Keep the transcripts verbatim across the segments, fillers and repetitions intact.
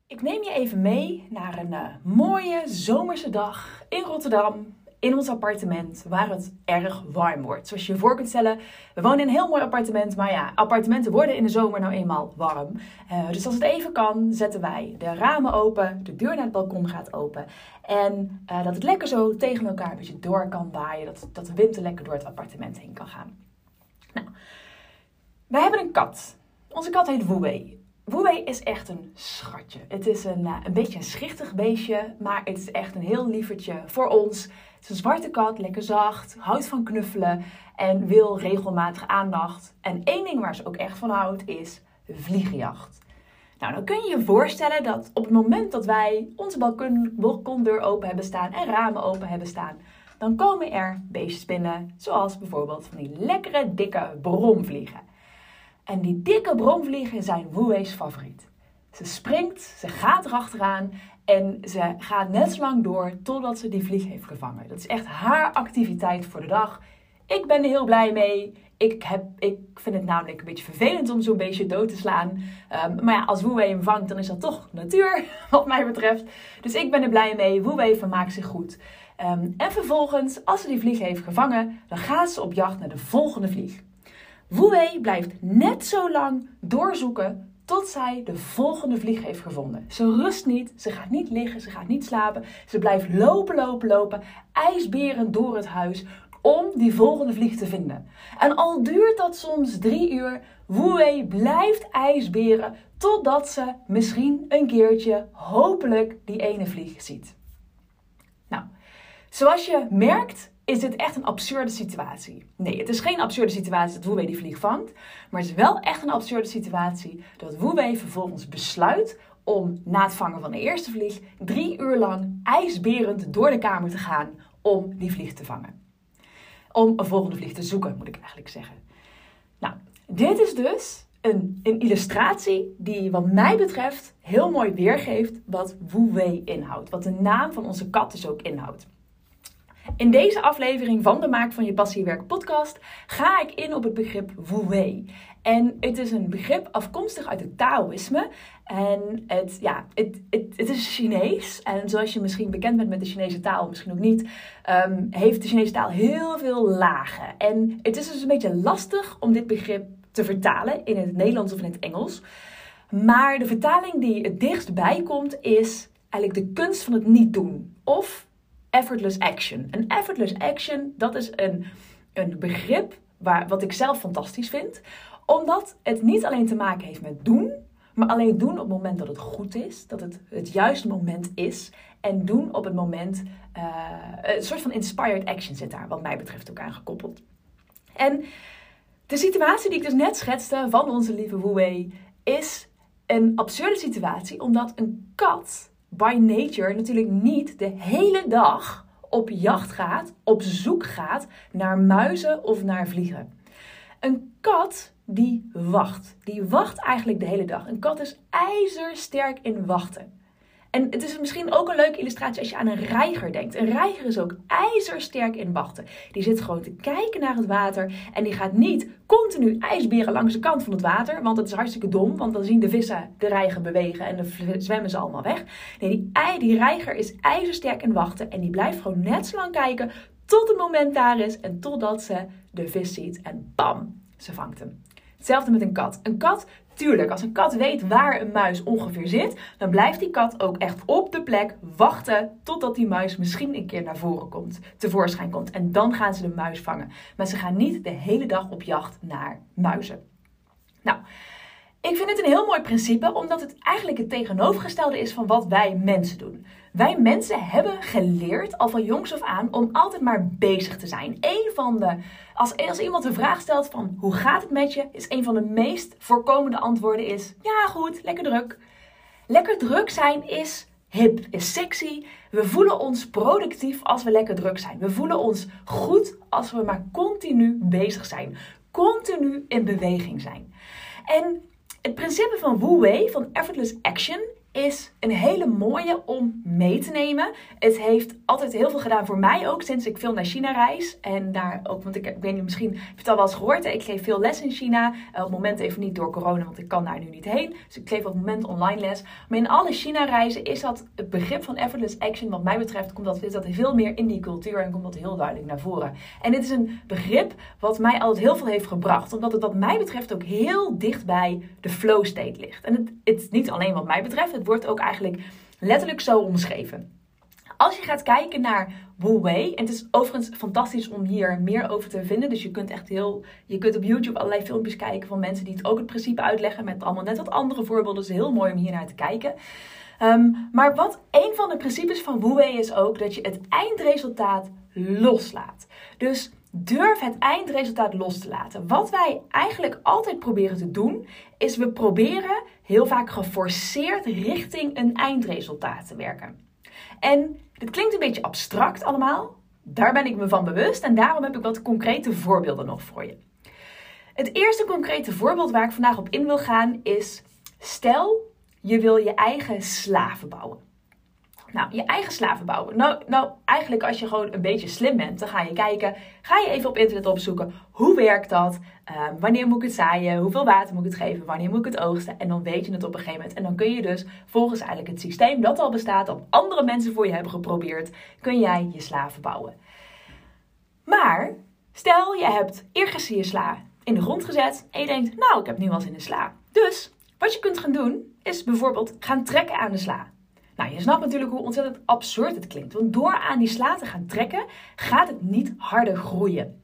Ik neem je even mee naar een uh, mooie zomerse dag in Rotterdam, in ons appartement, waar het erg warm wordt. Zoals je je voor kunt stellen, we wonen in een heel mooi appartement, maar ja, appartementen worden in de zomer nou eenmaal warm. Uh, dus als het even kan, zetten wij de ramen open, de deur naar het balkon gaat open. En uh, dat het lekker zo tegen elkaar een beetje door kan waaien, dat, dat de wind er lekker door het appartement heen kan gaan. Nou, wij hebben een kat. Onze kat heet Woewee. Woewee is echt een schatje. Het is een, uh, een beetje een schichtig beestje, maar het is echt een heel lievertje voor ons. Het is een zwarte kat, lekker zacht, houdt van knuffelen en wil regelmatig aandacht. En één ding waar ze ook echt van houdt is vliegenjacht. Nou, dan kun je je voorstellen dat op het moment dat wij onze balkon, balkondeur open hebben staan en ramen open hebben staan, dan komen er beestjes binnen, zoals bijvoorbeeld van die lekkere, dikke bromvliegen. En die dikke bromvliegen zijn Woewee's favoriet. Ze springt, ze gaat erachteraan en ze gaat net zo lang door totdat ze die vlieg heeft gevangen. Dat is echt haar activiteit voor de dag. Ik ben er heel blij mee. Ik, heb, ik vind het namelijk een beetje vervelend om zo'n beestje dood te slaan. Um, maar ja, als Woewee hem vangt, dan is dat toch natuur, wat mij betreft. Dus ik ben er blij mee. Woewee vermaakt zich goed. Um, en vervolgens, als ze die vlieg heeft gevangen, dan gaat ze op jacht naar de volgende vlieg. Woewee blijft net zo lang doorzoeken tot zij de volgende vlieg heeft gevonden. Ze rust niet, ze gaat niet liggen, ze gaat niet slapen. Ze blijft lopen, lopen, lopen, ijsberend door het huis om die volgende vlieg te vinden. En al duurt dat soms drie uur, Woewee blijft ijsberen totdat ze misschien een keertje hopelijk die ene vlieg ziet. Nou, zoals je merkt, is dit echt een absurde situatie. Nee, het is geen absurde situatie dat Woewee die vlieg vangt. Maar het is wel echt een absurde situatie dat Woewee vervolgens besluit om na het vangen van de eerste vlieg drie uur lang ijsberend door de kamer te gaan om die vlieg te vangen. Om een volgende vlieg te zoeken, moet ik eigenlijk zeggen. Nou, dit is dus een, een illustratie die wat mij betreft heel mooi weergeeft wat Woewee inhoudt. Wat de naam van onze kat dus ook inhoudt. In deze aflevering van de Maak van je Passie je Werk podcast ga ik in op het begrip Woewee. En het is een begrip afkomstig uit het Taoïsme. En het, ja, het, het, het is Chinees. En zoals je misschien bekend bent met de Chinese taal, misschien ook niet, um, heeft de Chinese taal heel veel lagen. En het is dus een beetje lastig om dit begrip te vertalen in het Nederlands of in het Engels. Maar de vertaling die het dichtst bij komt is eigenlijk de kunst van het niet doen. Of effortless action. Een effortless action, dat is een, een begrip waar, wat ik zelf fantastisch vind. Omdat het niet alleen te maken heeft met doen, maar alleen doen op het moment dat het goed is. Dat het het juiste moment is. En doen op het moment, uh, een soort van inspired action zit daar, wat mij betreft ook aan gekoppeld. En de situatie die ik dus net schetste van onze lieve Woewee is een absurde situatie, omdat een kat by nature natuurlijk niet de hele dag op jacht gaat, op zoek gaat naar muizen of naar vliegen. Een kat die wacht. Die wacht eigenlijk de hele dag. Een kat is ijzersterk in wachten. En het is misschien ook een leuke illustratie als je aan een reiger denkt. Een reiger is ook ijzersterk in wachten. Die zit gewoon te kijken naar het water en die gaat niet continu ijsberen langs de kant van het water. Want dat is hartstikke dom, want dan zien de vissen de reiger bewegen en dan zwemmen ze allemaal weg. Nee, die, die reiger is ijzersterk in wachten en die blijft gewoon net zo lang kijken tot het moment daar is en totdat ze de vis ziet en bam, ze vangt hem. Hetzelfde met een kat. Een kat, tuurlijk, als een kat weet waar een muis ongeveer zit, dan blijft die kat ook echt op de plek wachten totdat die muis misschien een keer naar voren komt, tevoorschijn komt. En dan gaan ze de muis vangen. Maar ze gaan niet de hele dag op jacht naar muizen. Nou, ik vind het een heel mooi principe, omdat het eigenlijk het tegenovergestelde is van wat wij mensen doen. Wij mensen hebben geleerd, al van jongs af aan, om altijd maar bezig te zijn. Een van de, als, als iemand de vraag stelt van hoe gaat het met je, is een van de meest voorkomende antwoorden is, ja goed, lekker druk. Lekker druk zijn is hip, is sexy. We voelen ons productief als we lekker druk zijn. We voelen ons goed als we maar continu bezig zijn. Continu in beweging zijn. En het principe van Woewee, van effortless action, is een hele mooie om mee te nemen. Het heeft altijd heel veel gedaan voor mij ook, sinds ik veel naar China reis. En daar ook, want ik, ik weet niet, misschien heb je het al wel eens gehoord. Hè? Ik geef veel les in China. Uh, op het moment even niet door corona, want ik kan daar nu niet heen. Dus ik geef op het moment online les. Maar in alle China reizen is dat het begrip van effortless action, wat mij betreft, komt dat, is dat veel meer in die cultuur en komt dat heel duidelijk naar voren. En dit is een begrip wat mij altijd heel veel heeft gebracht. Omdat het wat mij betreft ook heel dicht bij de flow state ligt. En het, het is niet alleen wat mij betreft, het wordt ook eigenlijk letterlijk zo omschreven. Als je gaat kijken naar Wu Wei, en het is overigens fantastisch om hier meer over te vinden. Dus je kunt echt heel, je kunt op YouTube allerlei filmpjes kijken van mensen die het ook het principe uitleggen met allemaal net wat andere voorbeelden. Dus heel mooi om hier naar te kijken. Um, maar wat een van de principes van Wu Wei is ook dat je het eindresultaat loslaat. Dus durf het eindresultaat los te laten. Wat wij eigenlijk altijd proberen te doen, is we proberen heel vaak geforceerd richting een eindresultaat te werken. En dit klinkt een beetje abstract allemaal. Daar ben ik me van bewust en daarom heb ik wat concrete voorbeelden nog voor je. Het eerste concrete voorbeeld waar ik vandaag op in wil gaan is, stel je wil je eigen slaven bouwen. Nou, je eigen slaven bouwen. Nou, nou, eigenlijk als je gewoon een beetje slim bent, dan ga je kijken, ga je even op internet opzoeken, hoe werkt dat? Uh, wanneer moet ik het zaaien? Hoeveel water moet ik het geven? Wanneer moet ik het oogsten? En dan weet je het op een gegeven moment. En dan kun je dus volgens eigenlijk het systeem dat al bestaat, dat andere mensen voor je hebben geprobeerd, kun jij je slaven bouwen. Maar, stel je hebt eergisteren je sla in de grond gezet en je denkt, nou, ik heb nu wel zin in sla. Dus, wat je kunt gaan doen, is bijvoorbeeld gaan trekken aan de sla. Nou, je snapt natuurlijk hoe ontzettend absurd het klinkt. Want door aan die sla te gaan trekken, gaat het niet harder groeien.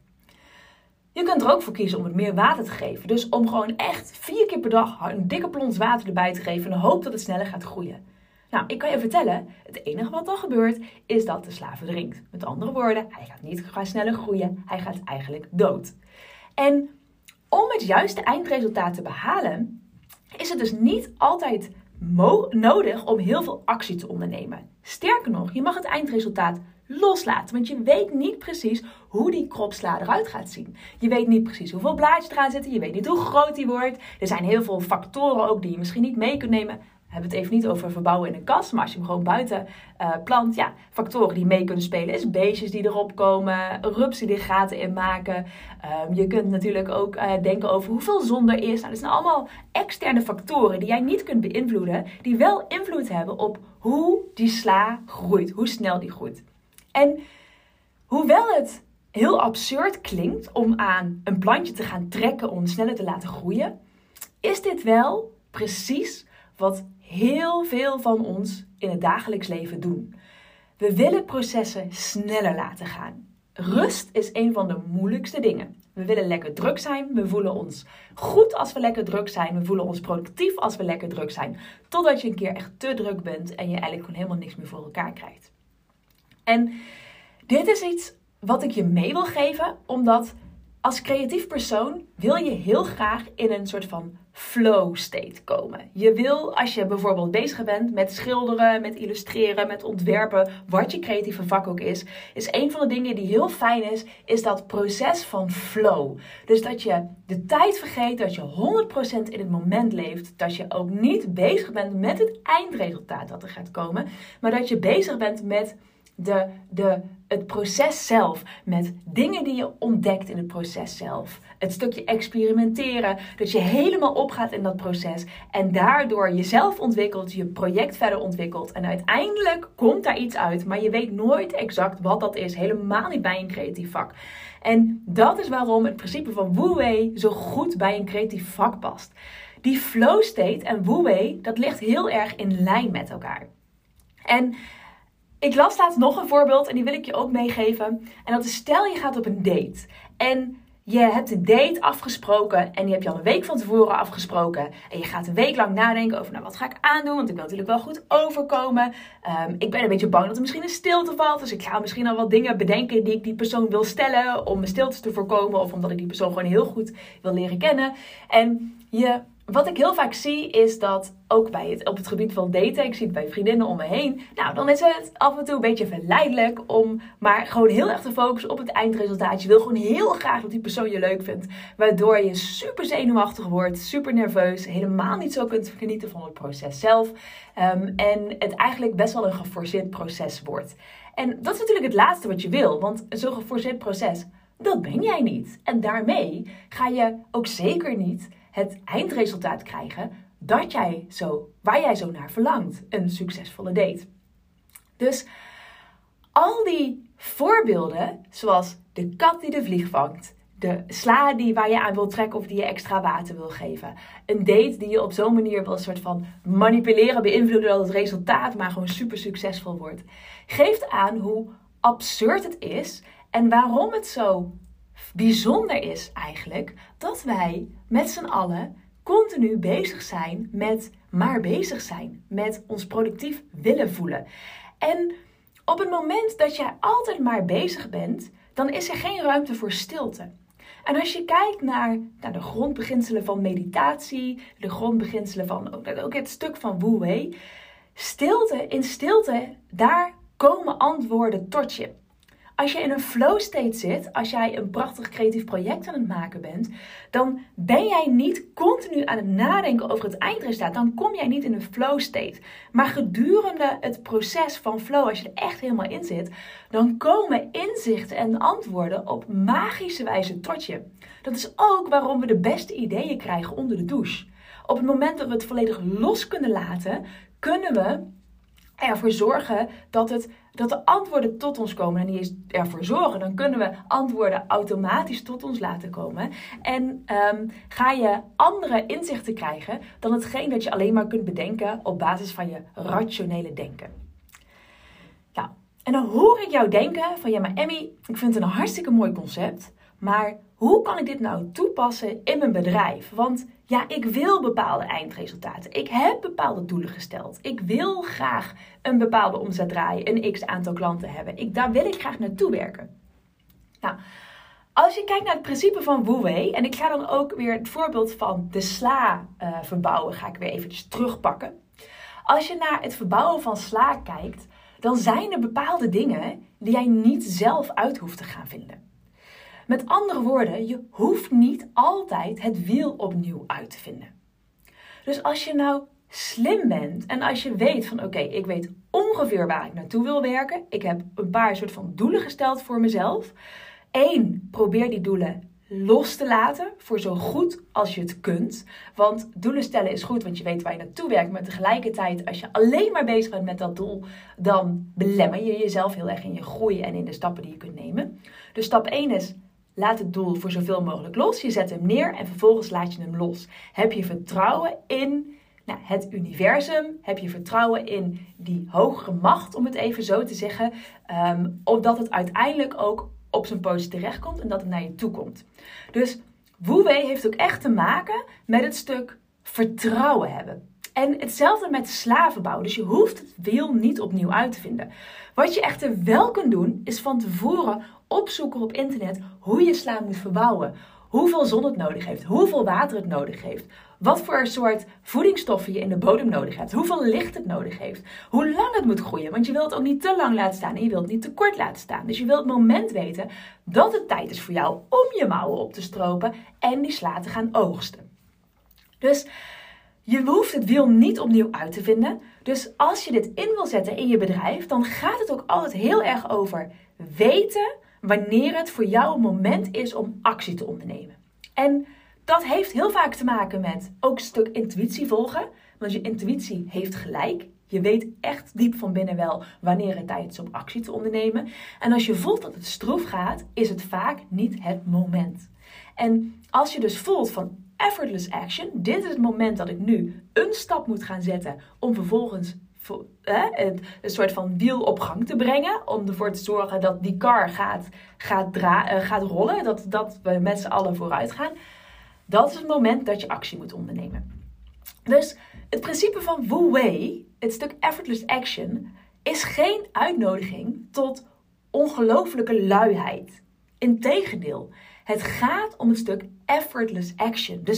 Je kunt er ook voor kiezen om het meer water te geven. Dus om gewoon echt vier keer per dag een dikke plons water erbij te geven en hoop dat het sneller gaat groeien. Nou, ik kan je vertellen, het enige wat dan gebeurt, is dat de sla verdrinkt. Met andere woorden, hij gaat niet gaan sneller groeien, hij gaat eigenlijk dood. En om het juiste eindresultaat te behalen, is het dus niet altijd Mo- nodig om heel veel actie te ondernemen. Sterker nog, je mag het eindresultaat loslaten, want je weet niet precies hoe die kropsla eruit gaat zien. Je weet niet precies hoeveel blaadjes eraan zitten, je weet niet hoe groot die wordt. Er zijn heel veel factoren ook die je misschien niet mee kunt nemen. We hebben het even niet over verbouwen in een kast, maar als je hem gewoon buiten uh, plant, ja, factoren die mee kunnen spelen is beestjes die erop komen, rupsen die er gaten in maken. Um, je kunt natuurlijk ook uh, denken over hoeveel zon er is. Nou, dat zijn allemaal externe factoren die jij niet kunt beïnvloeden, die wel invloed hebben op hoe die sla groeit, hoe snel die groeit. En hoewel het heel absurd klinkt om aan een plantje te gaan trekken om sneller te laten groeien, is dit wel precies wat heel veel van ons in het dagelijks leven doen. We willen processen sneller laten gaan. Rust is een van de moeilijkste dingen. We willen lekker druk zijn. We voelen ons goed als we lekker druk zijn. We voelen ons productief als we lekker druk zijn. Totdat je een keer echt te druk bent en je eigenlijk gewoon helemaal niks meer voor elkaar krijgt. En dit is iets wat ik je mee wil geven, omdat als creatief persoon wil je heel graag in een soort van flow state komen. Je wil, als je bijvoorbeeld bezig bent met schilderen, met illustreren, met ontwerpen, wat je creatieve vak ook is, is een van de dingen die heel fijn is, is dat proces van flow. Dus dat je de tijd vergeet, dat je honderd procent in het moment leeft, dat je ook niet bezig bent met het eindresultaat dat er gaat komen, maar dat je bezig bent met De, de, het proces zelf, met dingen die je ontdekt in het proces zelf. Het stukje experimenteren, dat je helemaal opgaat in dat proces en daardoor jezelf ontwikkelt, je project verder ontwikkelt en uiteindelijk komt daar iets uit, maar je weet nooit exact wat dat is, helemaal niet bij een creatief vak. En dat is waarom het principe van Wu Wei zo goed bij een creatief vak past. Die flow state en Wu Wei, dat ligt heel erg in lijn met elkaar. En ik las laatst nog een voorbeeld en die wil ik je ook meegeven. En dat is, stel je gaat op een date en je hebt een date afgesproken en die heb je al een week van tevoren afgesproken. En je gaat een week lang nadenken over, nou, wat ga ik aandoen? Want ik wil natuurlijk wel goed overkomen. Um, ik ben een beetje bang dat er misschien een stilte valt. Dus ik ga misschien al wat dingen bedenken die ik die persoon wil stellen om mijn stiltes te voorkomen. Of omdat ik die persoon gewoon heel goed wil leren kennen. En je wat ik heel vaak zie is dat ook bij het, op het gebied van daten, ik zie het bij vriendinnen om me heen. Nou, dan is het af en toe een beetje verleidelijk om maar gewoon heel erg te focussen op het eindresultaat. Je wil gewoon heel graag dat die persoon je leuk vindt. Waardoor je super zenuwachtig wordt, super nerveus, helemaal niet zo kunt genieten van het proces zelf. Um, en het eigenlijk best wel een geforceerd proces wordt. En dat is natuurlijk het laatste wat je wil, want zo'n geforceerd proces, dat ben jij niet. En daarmee ga je ook zeker niet het eindresultaat krijgen dat jij zo, waar jij zo naar verlangt. Een succesvolle date. Dus al die voorbeelden, zoals de kat die de vlieg vangt, de sla die waar je aan wil trekken of die je extra water wil geven, een date die je op zo'n manier wil een soort van manipuleren, beïnvloeden dat het resultaat maar gewoon super succesvol wordt, geeft aan hoe absurd het is en waarom het zo bijzonder is eigenlijk dat wij met z'n allen continu bezig zijn met maar bezig zijn. Met ons productief willen voelen. En op het moment dat jij altijd maar bezig bent, dan is er geen ruimte voor stilte. En als je kijkt naar, naar de grondbeginselen van meditatie, de grondbeginselen van ook, ook het stuk van Wu Wei, stilte, in stilte, daar komen antwoorden tot je. Als je in een flow state zit, als jij een prachtig creatief project aan het maken bent, dan ben jij niet continu aan het nadenken over het eindresultaat. Dan kom jij niet in een flow state. Maar gedurende het proces van flow, als je er echt helemaal in zit, dan komen inzichten en antwoorden op magische wijze tot je. Dat is ook waarom we de beste ideeën krijgen onder de douche. Op het moment dat we het volledig los kunnen laten, kunnen we ervoor zorgen dat, het, dat de antwoorden tot ons komen. En niet eens ervoor zorgen, dan kunnen we antwoorden automatisch tot ons laten komen. En um, ga je andere inzichten krijgen dan hetgeen dat je alleen maar kunt bedenken op basis van je rationele denken. Nou, en dan hoor ik jou denken van ja, maar Emmy, ik vind het een hartstikke mooi concept, maar hoe kan ik dit nou toepassen in mijn bedrijf? Want ja, ik wil bepaalde eindresultaten. Ik heb bepaalde doelen gesteld. Ik wil graag een bepaalde omzet draaien, een x aantal klanten hebben. Ik, daar wil ik graag naartoe werken. Nou, als je kijkt naar het principe van Wu Wei, en ik ga dan ook weer het voorbeeld van de sla uh, verbouwen, ga ik weer eventjes terugpakken. Als je naar het verbouwen van sla kijkt, dan zijn er bepaalde dingen die jij niet zelf uit hoeft te gaan vinden. Met andere woorden, je hoeft niet altijd het wiel opnieuw uit te vinden. Dus als je nou slim bent en als je weet van oké, okay, ik weet ongeveer waar ik naartoe wil werken. Ik heb een paar soort van doelen gesteld voor mezelf. Eén, probeer die doelen los te laten voor zo goed als je het kunt. Want doelen stellen is goed, want je weet waar je naartoe werkt. Maar tegelijkertijd, als je alleen maar bezig bent met dat doel, dan belemmer je jezelf heel erg in je groei en in de stappen die je kunt nemen. Dus stap één is, laat het doel voor zoveel mogelijk los. Je zet hem neer en vervolgens laat je hem los. Heb je vertrouwen in nou, het universum? Heb je vertrouwen in die hogere macht, om het even zo te zeggen? Um, omdat het uiteindelijk ook op zijn pootje terechtkomt en dat het naar je toe komt. Dus Wu Wei heeft ook echt te maken met het stuk vertrouwen hebben. En hetzelfde met slavenbouw. Dus je hoeft het wiel niet opnieuw uit te vinden. Wat je echter wel kunt doen, is van tevoren opzoeken op internet hoe je sla moet verbouwen. Hoeveel zon het nodig heeft, hoeveel water het nodig heeft. Wat voor soort voedingsstoffen je in de bodem nodig hebt. Hoeveel licht het nodig heeft. Hoe lang het moet groeien. Want je wilt het ook niet te lang laten staan en je wilt het niet te kort laten staan. Dus je wilt het moment weten dat het tijd is voor jou om je mouwen op te stropen en die sla te gaan oogsten. Dus je hoeft het wiel niet opnieuw uit te vinden. Dus als je dit in wil zetten in je bedrijf, dan gaat het ook altijd heel erg over weten wanneer het voor jou een moment is om actie te ondernemen. En dat heeft heel vaak te maken met ook een stuk intuïtie volgen. Want je intuïtie heeft gelijk. Je weet echt diep van binnen wel wanneer het tijd is om actie te ondernemen. En als je voelt dat het stroef gaat, is het vaak niet het moment. En als je dus voelt van effortless action, dit is het moment dat ik nu een stap moet gaan zetten om vervolgens eh, een, een soort van wiel op gang te brengen. Om ervoor te zorgen dat die car gaat, gaat, dra- uh, gaat rollen, dat, dat we met z'n allen vooruit gaan. Dat is het moment dat je actie moet ondernemen. Dus het principe van Wu Wei, het stuk effortless action, is geen uitnodiging tot ongelofelijke luiheid. Integendeel, het gaat om het stuk effortless action. Dus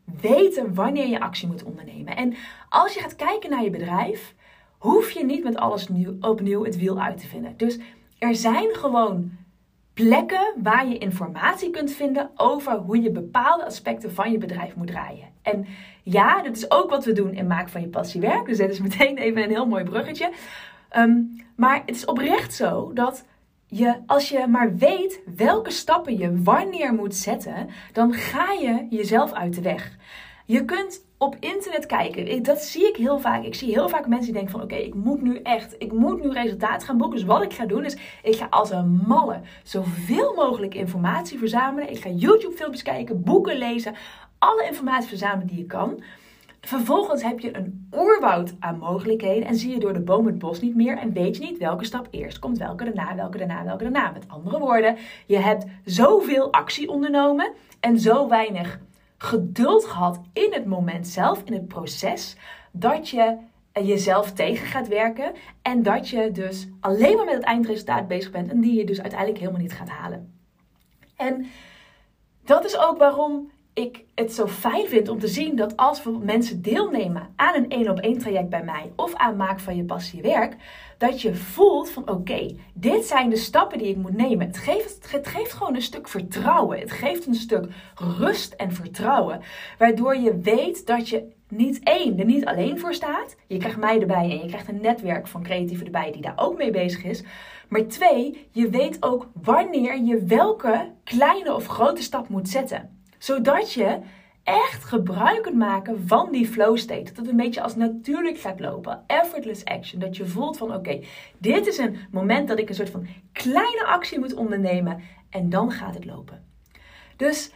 weten wanneer je actie moet ondernemen. En als je gaat kijken naar je bedrijf, hoef je niet met alles nieuw, opnieuw het wiel uit te vinden. Dus er zijn gewoon plekken waar je informatie kunt vinden over hoe je bepaalde aspecten van je bedrijf moet draaien. En ja, dat is ook wat we doen in Maak van je passie werk. Dus dit is meteen even een heel mooi bruggetje. Um, maar het is oprecht zo dat je, als je maar weet welke stappen je wanneer moet zetten, dan ga je jezelf uit de weg. Je kunt op internet kijken. Dat zie ik heel vaak. Ik zie heel vaak mensen die denken van oké, okay, ik moet nu echt, ik moet nu resultaat gaan boeken. Dus wat ik ga doen is, ik ga als een malle zoveel mogelijk informatie verzamelen. Ik ga YouTube filmpjes kijken, boeken lezen, alle informatie verzamelen die je kan. Vervolgens heb je een oerwoud aan mogelijkheden en zie je door de boom het bos niet meer en weet je niet welke stap eerst komt, welke daarna, welke daarna, welke daarna. Met andere woorden, je hebt zoveel actie ondernomen en zo weinig geduld gehad in het moment zelf, in het proces, dat je jezelf tegen gaat werken en dat je dus alleen maar met het eindresultaat bezig bent en die je dus uiteindelijk helemaal niet gaat halen. En dat is ook waarom ik het zo fijn vind om te zien dat als bijvoorbeeld mensen deelnemen aan een één op één traject bij mij of aan Maak van je passie werk, dat je voelt van oké, okay, dit zijn de stappen die ik moet nemen. Het geeft, het geeft gewoon een stuk vertrouwen. Het geeft een stuk rust en vertrouwen. Waardoor je weet dat je niet één, er niet alleen voor staat. Je krijgt mij erbij en je krijgt een netwerk van creatieven erbij die daar ook mee bezig is. Maar twee, je weet ook wanneer je welke kleine of grote stap moet zetten. Zodat je echt gebruik kunt maken van die flow state. Dat het een beetje als natuurlijk gaat lopen. Effortless action. Dat je voelt van oké, okay, dit is een moment dat ik een soort van kleine actie moet ondernemen. En dan gaat het lopen. Dus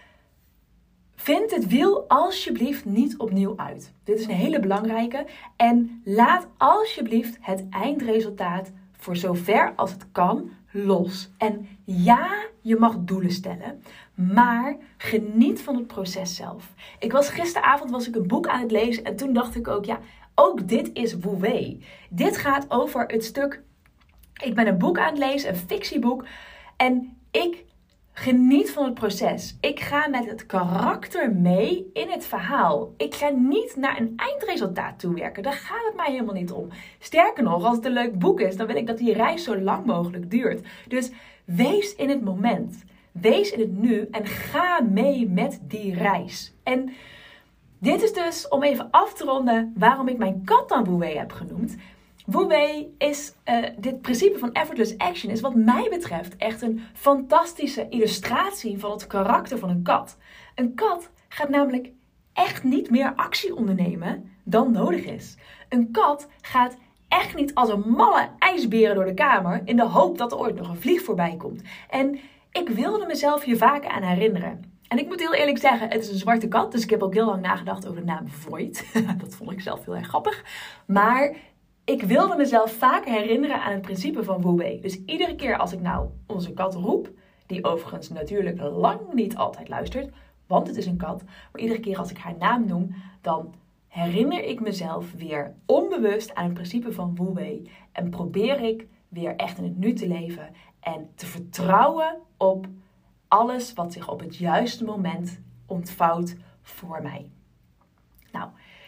vind het wiel alsjeblieft niet opnieuw uit. Dit is een hele belangrijke. En laat alsjeblieft het eindresultaat voor zover als het kan los. En ja, je mag doelen stellen, maar geniet van het proces zelf. Ik was gisteravond was ik een boek aan het lezen en toen dacht ik ook, ja, ook dit is Wu Wei. Dit gaat over het stuk, ik ben een boek aan het lezen, een fictieboek, en ik geniet van het proces. Ik ga met het karakter mee in het verhaal. Ik ga niet naar een eindresultaat toewerken. Daar gaat het mij helemaal niet om. Sterker nog, als het een leuk boek is, dan wil ik dat die reis zo lang mogelijk duurt. Dus wees in het moment. Wees in het nu en ga mee met die reis. En dit is dus, om even af te ronden, waarom ik mijn kat dan Wu Wei heb genoemd. Wu Wei is, uh, dit principe van effortless action is wat mij betreft echt een fantastische illustratie van het karakter van een kat. Een kat gaat namelijk echt niet meer actie ondernemen dan nodig is. Een kat gaat echt niet als een malle ijsberen door de kamer in de hoop dat er ooit nog een vlieg voorbij komt. En ik wilde mezelf hier vaker aan herinneren. En ik moet heel eerlijk zeggen, het is een zwarte kat, dus ik heb ook heel lang nagedacht over de naam Void. Dat vond ik zelf heel erg grappig. Maar ik wilde mezelf vaker herinneren aan het principe van Wu Wei. Dus iedere keer als ik nou onze kat roep, die overigens natuurlijk lang niet altijd luistert, want het is een kat. Maar iedere keer als ik haar naam noem, dan herinner ik mezelf weer onbewust aan het principe van Wu Wei. En probeer ik weer echt in het nu te leven en te vertrouwen op alles wat zich op het juiste moment ontvouwt voor mij. Nou,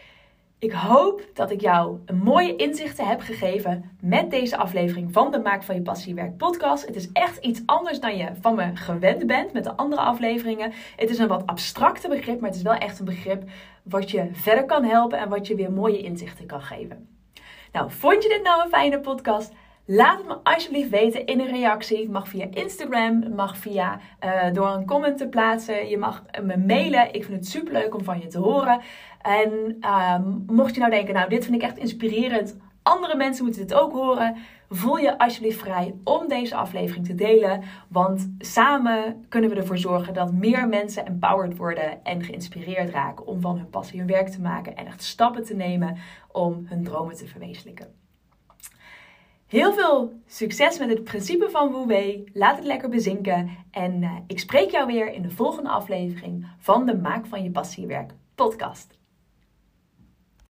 ik hoop dat ik jou een mooie inzichten heb gegeven met deze aflevering van de Maak van je passie werk podcast. Het is echt iets anders dan je van me gewend bent met de andere afleveringen. Het is een wat abstracte begrip, maar het is wel echt een begrip wat je verder kan helpen en wat je weer mooie inzichten kan geven. Nou, vond je dit nou een fijne podcast? Laat het me alsjeblieft weten in een reactie. Het mag via Instagram, het mag via uh, door een comment te plaatsen. Je mag me mailen. Ik vind het superleuk om van je te horen. En uh, mocht je nou denken, nou dit vind ik echt inspirerend. Andere mensen moeten dit ook horen. Voel je alsjeblieft vrij om deze aflevering te delen. Want samen kunnen we ervoor zorgen dat meer mensen empowered worden en geïnspireerd raken om van hun passie hun werk te maken. En echt stappen te nemen om hun dromen te verwezenlijken. Heel veel succes met het principe van Wu Wei. Laat het lekker bezinken. En uh, ik spreek jou weer in de volgende aflevering van de Maak van je passie werk podcast.